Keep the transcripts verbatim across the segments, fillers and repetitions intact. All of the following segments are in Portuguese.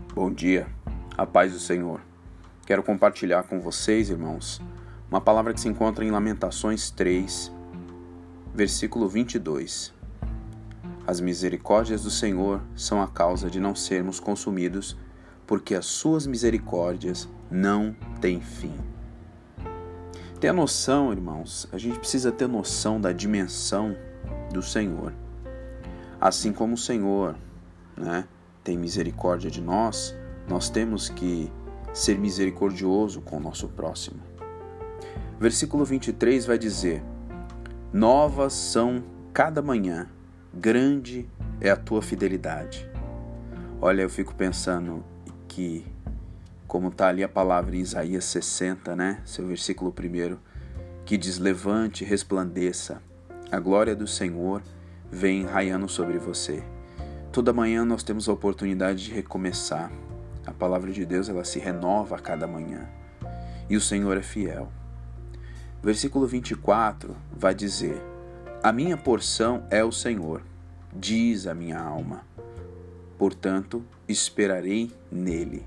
Bom dia, a paz do Senhor. Quero compartilhar com vocês, irmãos, uma palavra que se encontra em Lamentações três, versículo vinte e dois. As misericórdias do Senhor são a causa de não sermos consumidos, porque as suas misericórdias não têm fim. Tenha noção, irmãos, a gente precisa ter noção da dimensão do Senhor. Assim como o Senhor, né, tem misericórdia de nós, nós temos que ser misericordioso com o nosso próximo. Versículo vinte e três vai dizer: novas são cada manhã, grande é a tua fidelidade. Olha, eu fico pensando que, como está ali a palavra em Isaías sessenta, né, seu versículo primeiro, que diz: levante, resplandeça, a glória do Senhor vem raiando sobre você. Toda manhã nós temos a oportunidade de recomeçar. A palavra de Deus, ela se renova a cada manhã. E o Senhor é fiel. Versículo vinte e quatro vai dizer: a minha porção é o Senhor, diz a minha alma. Portanto, esperarei nele.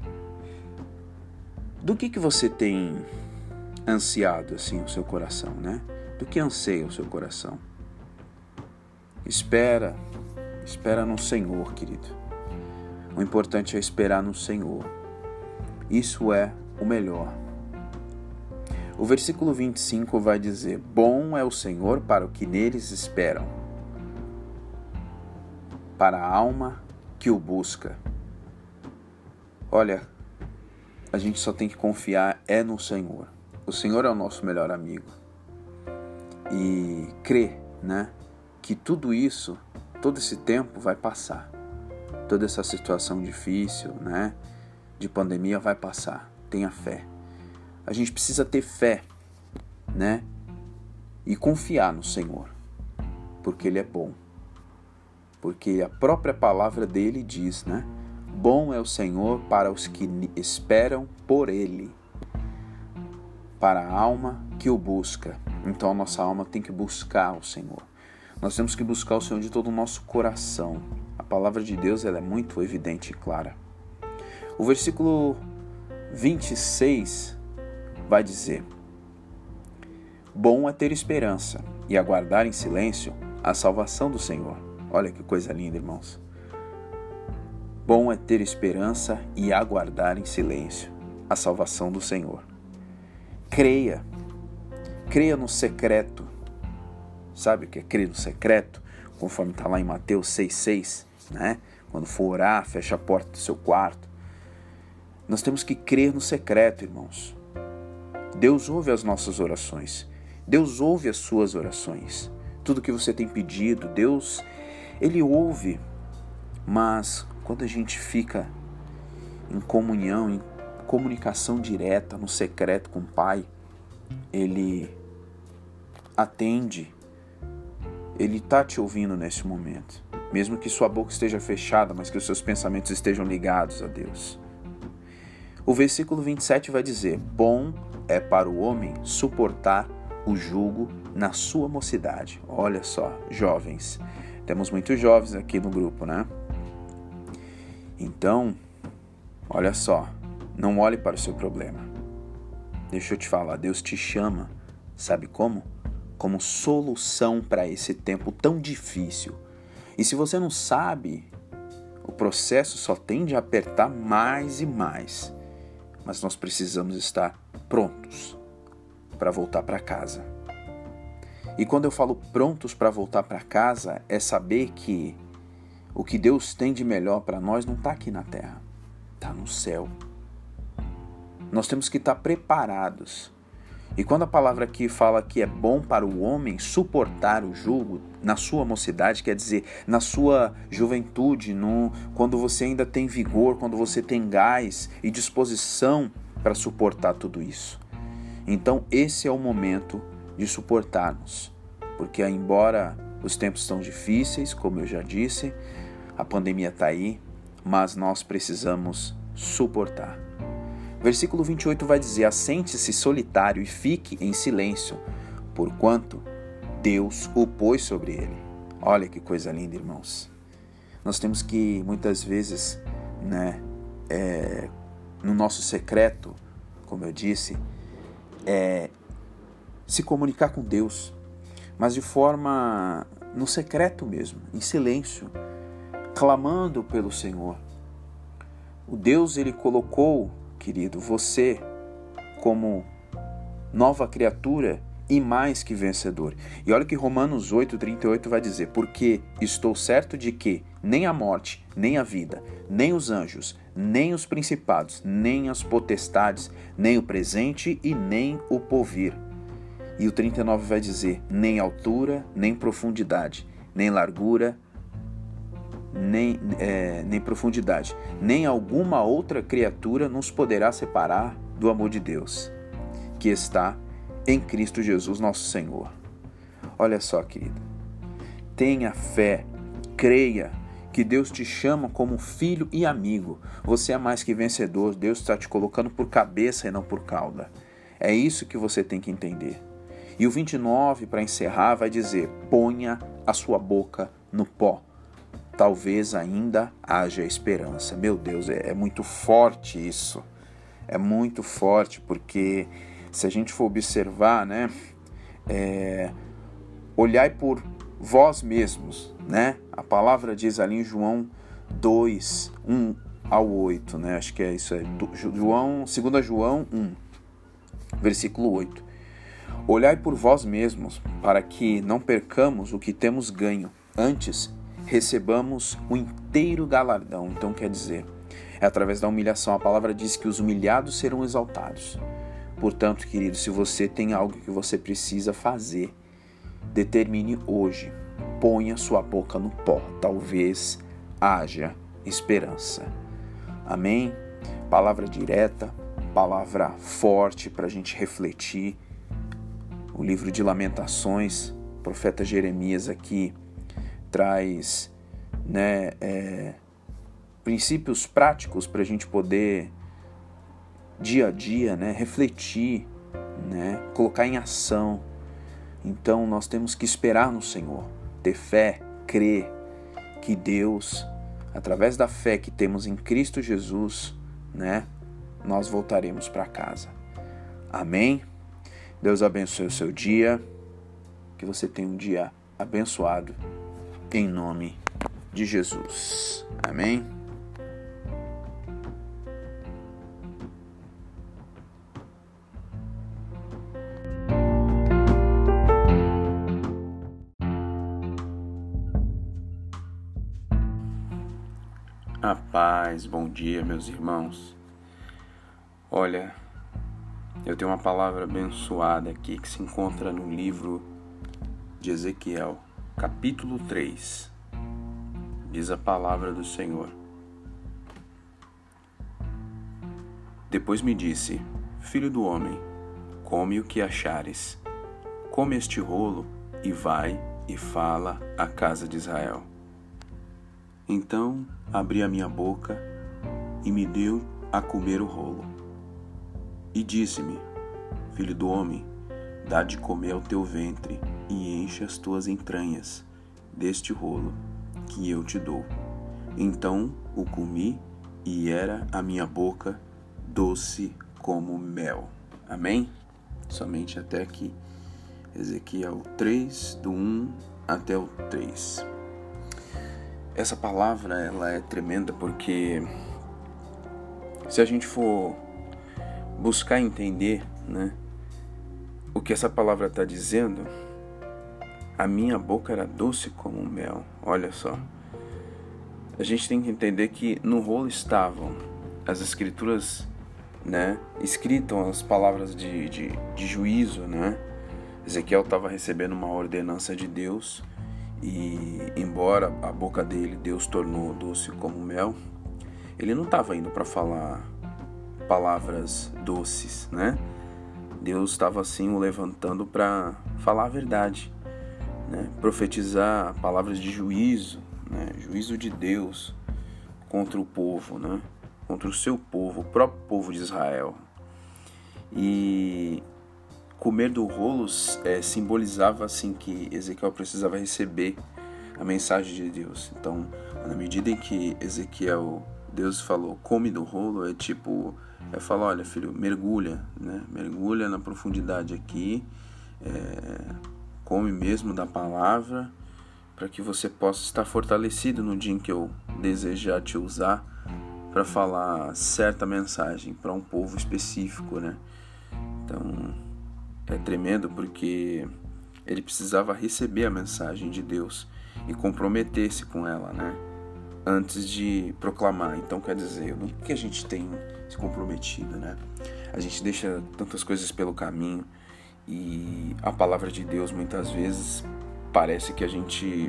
Do que que você tem ansiado assim o seu coração, né? Do que anseia o seu coração? Espera, espera no Senhor, querido. O importante é esperar no Senhor. Isso é o melhor. O versículo vinte e cinco vai dizer: bom é o Senhor para o que neles esperam, para a alma que o busca. Olha, a gente só tem que confiar é no Senhor. O Senhor é o nosso melhor amigo. E crer, né, que tudo isso, todo esse tempo vai passar. Toda essa situação difícil, né, de pandemia vai passar. Tenha fé. A gente precisa ter fé, né, e confiar no Senhor, porque Ele é bom. Porque a própria palavra dele diz, né, bom é o Senhor para os que esperam por Ele, para a alma que o busca. Então a nossa alma tem que buscar o Senhor. Nós temos que buscar o Senhor de todo o nosso coração. A palavra de Deus, ela é muito evidente e clara. O versículo vinte e seis vai dizer: bom é ter esperança e aguardar em silêncio a salvação do Senhor. Olha que coisa linda, irmãos. Bom é ter esperança e aguardar em silêncio a salvação do Senhor. Creia, creia no secreto. Sabe o que é crer no secreto? Conforme está lá em Mateus seis, seis, né? Quando for orar, fecha a porta do seu quarto. Nós temos que crer no secreto, irmãos. Deus ouve as nossas orações. Deus ouve as suas orações. Tudo que você tem pedido, Deus, Ele ouve. Mas quando a gente fica em comunhão, em comunicação direta, no secreto com o Pai, Ele atende. Ele está te ouvindo nesse momento. Mesmo que sua boca esteja fechada, mas que os seus pensamentos estejam ligados a Deus. O versículo vinte e sete vai dizer: bom é para o homem suportar o jugo na sua mocidade. Olha só, jovens. Temos muitos jovens aqui no grupo, né? Então, olha só. Não olhe para o seu problema. Deixa eu te falar, Deus te chama, sabe como? Como solução para esse tempo tão difícil. E se você não sabe, o processo só tende a apertar mais e mais. Mas nós precisamos estar prontos para voltar para casa. E quando eu falo prontos para voltar para casa, é saber que o que Deus tem de melhor para nós não está aqui na terra, está no céu. Nós temos que estar preparados. E quando a palavra aqui fala que é bom para o homem suportar o jugo na sua mocidade, quer dizer, na sua juventude, no, quando você ainda tem vigor, quando você tem gás e disposição para suportar tudo isso. Então esse é o momento de suportarmos, porque embora os tempos estão difíceis, como eu já disse, a pandemia está aí, mas nós precisamos suportar. Versículo vinte e oito vai dizer: assente-se solitário e fique em silêncio, porquanto Deus o pôs sobre ele. Olha que coisa linda, irmãos. Nós temos que, muitas vezes, né, é, no nosso secreto, como eu disse, é se comunicar com Deus, mas de forma no secreto mesmo, em silêncio, clamando pelo Senhor. O Deus, Ele colocou, querido, você como nova criatura e mais que vencedor. E olha o que Romanos oito, trinta e oito vai dizer: porque estou certo de que nem a morte, nem a vida, nem os anjos, nem os principados, nem as potestades, nem o presente e nem o porvir. E o trinta e nove vai dizer: nem altura, nem profundidade, nem largura, nem, é, nem profundidade, nem alguma outra criatura nos poderá separar do amor de Deus, que está em Cristo Jesus nosso Senhor. Olha só, querido, tenha fé, creia que Deus te chama como filho e amigo. Você é mais que vencedor. Deus está te colocando por cabeça e não por cauda. É isso que você tem que entender. E o vinte e nove, para encerrar, vai dizer: ponha a sua boca no pó, talvez ainda haja esperança. Meu Deus, é, é muito forte isso. É muito forte, porque se a gente for observar, né, é, olhai por vós mesmos, né? A palavra diz ali em João dois, um ao oito, né? Acho que é isso aí. João, dois João um, versículo oito. Olhai por vós mesmos, para que não percamos o que temos ganho, antes recebamos o inteiro galardão. Então quer dizer, é através da humilhação. A palavra diz que os humilhados serão exaltados. Portanto, querido, se você tem algo que você precisa fazer, determine hoje, ponha sua boca no pó, talvez haja esperança. Amém? Palavra direta, palavra forte para a gente refletir. O livro de Lamentações, o profeta Jeremias aqui traz, né, é, princípios práticos para a gente poder dia a dia, né, refletir, né, colocar em ação. Então nós temos que esperar no Senhor, ter fé, crer que Deus, através da fé que temos em Cristo Jesus, né, nós voltaremos para casa. Amém? Deus abençoe o seu dia, que você tenha um dia abençoado, em nome de Jesus. Amém? A paz, bom dia, meus irmãos. Olha, eu tenho uma palavra abençoada aqui que se encontra no livro de Ezequiel, capítulo três. Diz a palavra do Senhor: depois me disse: filho do homem, come o que achares, come este rolo e vai e fala à casa de Israel. Então abri a minha boca e me deu a comer o rolo. E disse-me: filho do homem, dá de comer ao teu ventre e enche as tuas entranhas deste rolo que eu te dou. Então o comi e era a minha boca doce como mel. Amém? Somente até aqui. Ezequiel três, do um até o três. Essa palavra, ela é tremenda porque se a gente for buscar entender, né, o que essa palavra está dizendo, a minha boca era doce como mel. Olha só, a gente tem que entender que no rolo estavam as escrituras, né, escritam as palavras de, de, de juízo, né? Ezequiel estava recebendo uma ordenança de Deus. E embora a boca dele Deus tornou doce como mel, ele não estava indo para falar palavras doces, né? Deus estava assim o levantando para falar a verdade, né? Profetizar palavras de juízo, né? Juízo de Deus contra o povo, né? Contra o seu povo, o próprio povo de Israel. E comer do rolo é, simbolizava assim que Ezequiel precisava receber a mensagem de Deus. Então, na medida em que Ezequiel Deus falou, come do rolo, é tipo, é falar, olha filho, mergulha, né? Mergulha na profundidade aqui, é, come mesmo da palavra, para que você possa estar fortalecido no dia em que eu desejar te usar para falar certa mensagem para um povo específico, né? Então, é tremendo porque ele precisava receber a mensagem de Deus e comprometer-se com ela, né? Antes de proclamar. Então, quer dizer, no que a gente tem se comprometido, né? A gente deixa tantas coisas pelo caminho e a palavra de Deus muitas vezes parece que a gente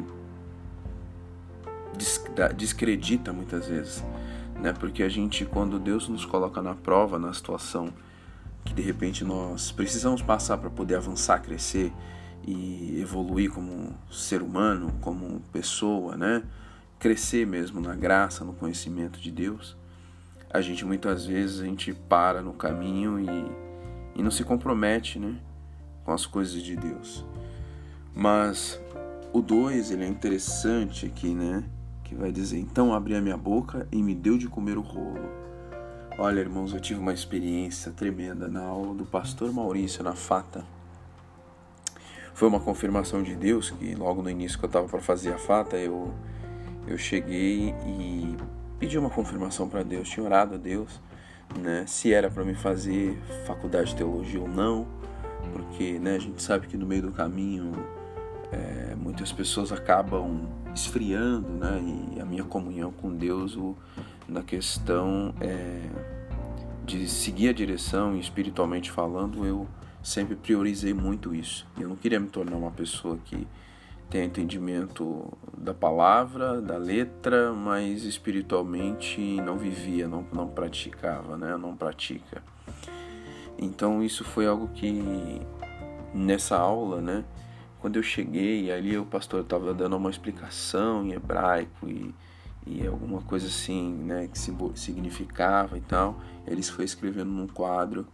descredita muitas vezes, né? Porque a gente, quando Deus nos coloca na prova, na situação que de repente nós precisamos passar para poder avançar, crescer e evoluir como ser humano, como pessoa, né? Crescer mesmo na graça, no conhecimento de Deus, a gente muitas vezes a gente para no caminho e, e não se compromete, né, com as coisas de Deus. Mas o dois, ele é interessante aqui, né, que vai dizer, então abri a minha boca e me deu de comer o rolo. Olha, irmãos, eu tive uma experiência tremenda na aula do pastor Maurício na Fata. Foi uma confirmação de Deus que logo no início que eu estava para fazer a Fata, eu Eu cheguei e pedi uma confirmação para Deus, tinha orado a Deus, né, se era para me fazer faculdade de teologia ou não, porque, né, a gente sabe que no meio do caminho é, muitas pessoas acabam esfriando, né, e a minha comunhão com Deus o, na questão é, de seguir a direção e espiritualmente falando, eu sempre priorizei muito isso. Eu não queria me tornar uma pessoa que tem entendimento da palavra, da letra, mas espiritualmente não vivia, não, não praticava, né? Não pratica. Então isso foi algo que nessa aula, né? Quando eu cheguei, ali o pastor estava dando uma explicação em hebraico e, e alguma coisa assim, né? Que significava e tal. Eles foi escrevendo num quadro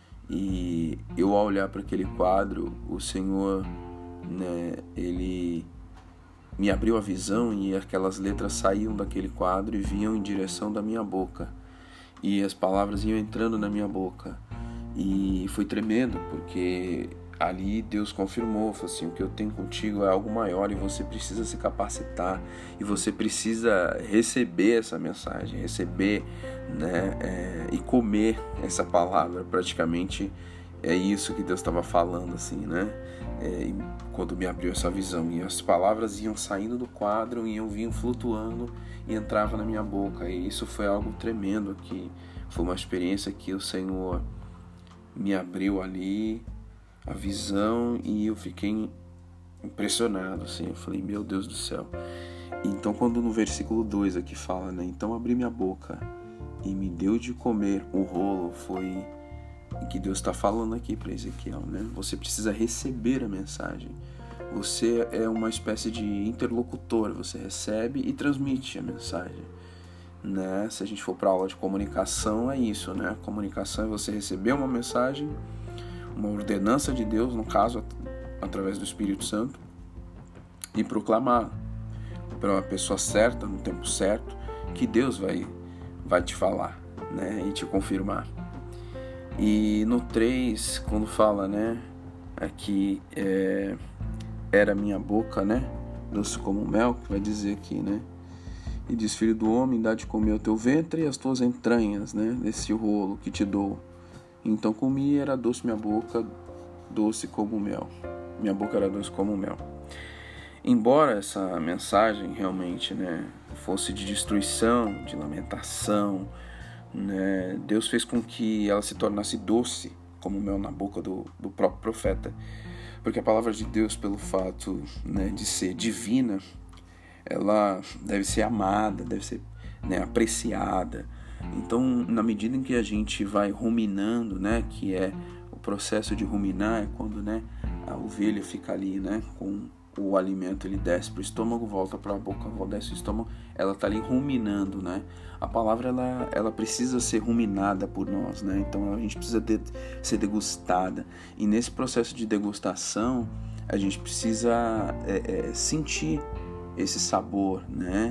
e eu, ao olhar para aquele quadro, o Senhor, né, ele me abriu a visão e aquelas letras saíam daquele quadro e vinham em direção da minha boca e as palavras iam entrando na minha boca e foi tremendo porque ali Deus confirmou, falou assim, o que eu tenho contigo é algo maior e você precisa se capacitar e você precisa receber essa mensagem, receber, né, é, e comer essa palavra. Praticamente é isso que Deus estava falando, assim, né? É, quando me abriu essa visão, e as palavras iam saindo do quadro, iam vinham flutuando e entrava na minha boca, e isso foi algo tremendo, que foi uma experiência que o Senhor me abriu ali a visão e eu fiquei impressionado, assim, eu falei, meu Deus do céu. Então quando no versículo dois aqui fala, né, então abri minha boca e me deu de comer o rolo, foi e que Deus está falando aqui para Ezequiel, né? Você precisa receber a mensagem. Você é uma espécie de interlocutor, você recebe e transmite a mensagem, né? Se a gente for para a aula de comunicação, é isso, né? Comunicação é você receber uma mensagem, uma ordenança de Deus, no caso, através do Espírito Santo, e proclamar para uma pessoa certa, no tempo certo, que Deus vai, vai te falar, né? E te confirmar. E no três, quando fala, né, aqui, é, era minha boca, né, doce como mel, que vai dizer aqui, né, e diz, filho do homem, dá de comer o teu ventre e as tuas entranhas, né, desse rolo que te dou. Então comi, era doce minha boca, doce como mel. Minha boca era doce como mel. Embora essa mensagem realmente, né, fosse de destruição, de lamentação, né, Deus fez com que ela se tornasse doce como mel na boca do, do próprio profeta, porque a palavra de Deus, pelo fato, né, de ser divina, ela deve ser amada, deve ser, né, apreciada. Então, na medida em que a gente vai ruminando, né, que é o processo de ruminar, é quando, né, a ovelha fica ali, né, com o alimento, ele desce para o estômago, volta para a boca, volta, desce o estômago, ela está ali ruminando, né? A palavra, ela, ela precisa ser ruminada por nós, né? Então a gente precisa de, ser degustada. E nesse processo de degustação, a gente precisa é, é, sentir esse sabor, né?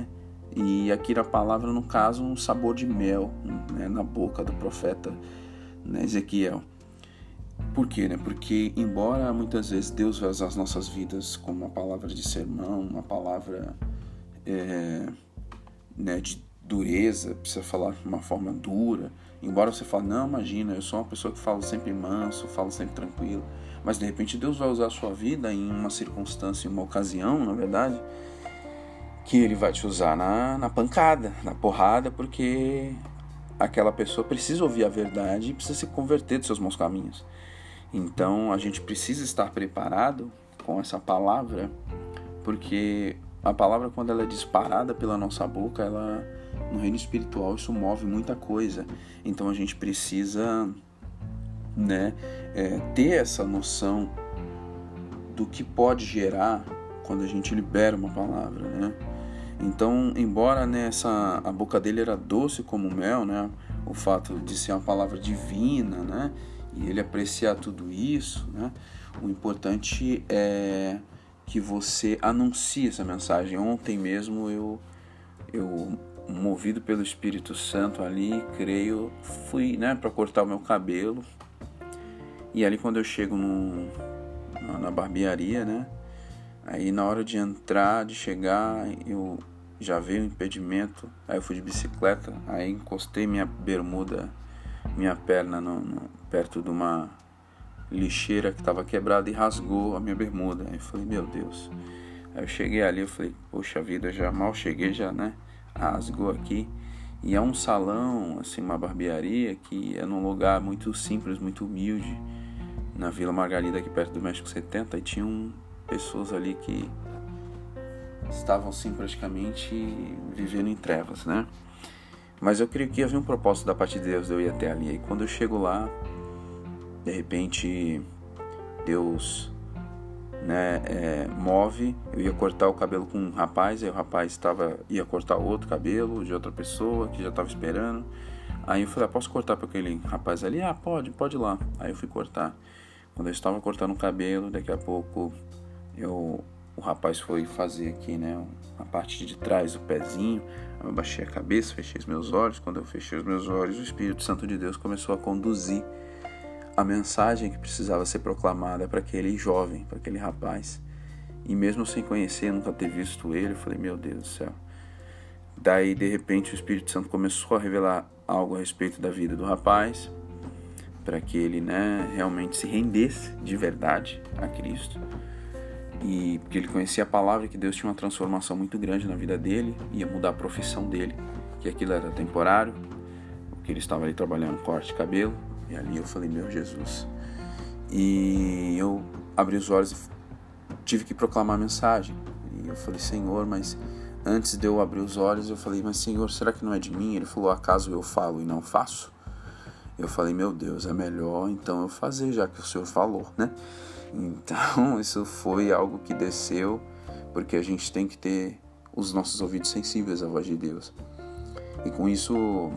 E aqui na palavra, no caso, um sabor de mel, né, na boca do profeta, né, Ezequiel. Por quê? Né? Porque embora muitas vezes Deus vai usar as nossas vidas como uma palavra de sermão, uma palavra é, né, de dureza, precisa falar de uma forma dura, embora você fale, não, imagina, eu sou uma pessoa que falo sempre manso, falo sempre tranquilo, mas de repente Deus vai usar a sua vida em uma circunstância, em uma ocasião, na verdade, que Ele vai te usar na, na pancada, na porrada, porque aquela pessoa precisa ouvir a verdade e precisa se converter dos seus maus caminhos. Então a gente precisa estar preparado com essa palavra, porque a palavra, quando ela é disparada pela nossa boca, ela, no reino espiritual, isso move muita coisa. Então a gente precisa, né, é, ter essa noção do que pode gerar quando a gente libera uma palavra, né? Então, embora nessa, a boca dele era doce como mel, né, o fato de ser uma palavra divina, né, e ele apreciar tudo isso, né, o importante é que você anuncie essa mensagem. Ontem mesmo eu, eu movido pelo Espírito Santo ali, creio, fui, né, para cortar o meu cabelo, e ali quando eu chego no, na, na barbearia, né, aí na hora de entrar, de chegar, eu já veio o impedimento, aí eu fui de bicicleta, aí encostei minha bermuda, minha perna no, no, perto de uma lixeira que estava quebrada e rasgou a minha bermuda. Aí eu falei, meu Deus. Aí eu cheguei ali, eu falei, poxa vida, já mal cheguei, já, né, rasgou aqui. E é um salão, assim, uma barbearia que é num lugar muito simples, muito humilde, na Vila Margarida, aqui perto do México setenta, e tinham pessoas ali que estavam, assim, praticamente vivendo em trevas, né? Mas eu creio que havia um propósito da parte de Deus de eu ir até ali. E quando eu chego lá, de repente, Deus, né, é, move. Eu ia cortar o cabelo com um rapaz, aí o rapaz tava, ia cortar outro cabelo de outra pessoa que já estava esperando. Aí eu falei, ah, posso cortar para aquele rapaz ali? Ah, pode, pode ir lá. Aí eu fui cortar. Quando eu estava cortando o cabelo, daqui a pouco eu, o rapaz foi fazer aqui, né, a parte de trás, o pezinho. Eu baixei a cabeça, fechei os meus olhos. Quando eu fechei os meus olhos, o Espírito Santo de Deus começou a conduzir a mensagem que precisava ser proclamada para aquele jovem, para aquele rapaz. E mesmo sem conhecer, nunca ter visto ele, eu falei, meu Deus do céu. Daí, de repente, o Espírito Santo começou a revelar algo a respeito da vida do rapaz, para que ele, né, realmente se rendesse de verdade a Cristo. E porque ele conhecia a palavra, que Deus tinha uma transformação muito grande na vida dele, ia mudar a profissão dele, que aquilo era temporário, porque ele estava ali trabalhando corte de cabelo. E ali eu falei, meu Jesus. E eu abri os olhos e tive que proclamar a mensagem. E eu falei, Senhor, mas antes de eu abrir os olhos, eu falei, mas Senhor, será que não é de mim? Ele falou, acaso eu falo e não faço? Eu falei, meu Deus, é melhor então eu fazer, já que o Senhor falou, né? Então, isso foi algo que desceu, porque a gente tem que ter os nossos ouvidos sensíveis à voz de Deus. E com isso,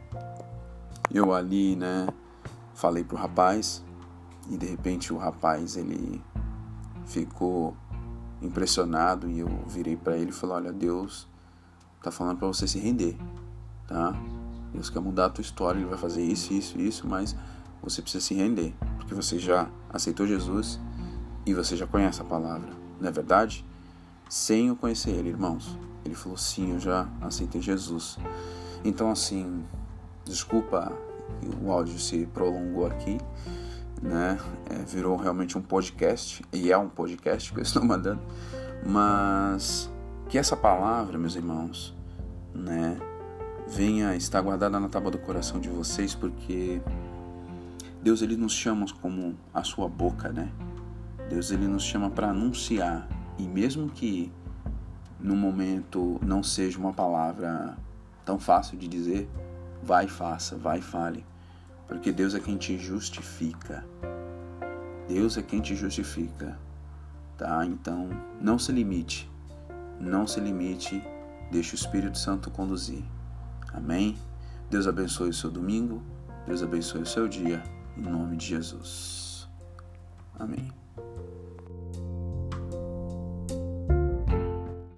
eu ali, né, falei pro rapaz, e de repente o rapaz, ele ficou impressionado, e eu virei para ele e falei, olha, Deus tá falando para você se render, tá? Deus quer mudar a tua história, Ele vai fazer isso, isso, isso, mas você precisa se render, porque você já aceitou Jesus e você já conhece a palavra, não é verdade? Sem eu conhecer Ele, irmãos. Ele falou, sim, eu já aceitei Jesus. Então, assim, desculpa, o áudio se prolongou aqui, né? É, virou realmente um podcast, e é um podcast que eu estou mandando, mas que essa palavra, meus irmãos, né, venha estar guardada na tábua do coração de vocês, porque Deus, Ele nos chama como a sua boca, né? Deus, Ele nos chama para anunciar, e mesmo que no momento não seja uma palavra tão fácil de dizer, vai e faça, vai e fale, porque Deus é quem te justifica. Deus é quem te justifica, tá? Então, não se limite, não se limite, deixe o Espírito Santo conduzir. Amém? Deus abençoe o seu domingo, Deus abençoe o seu dia, em nome de Jesus. Amém.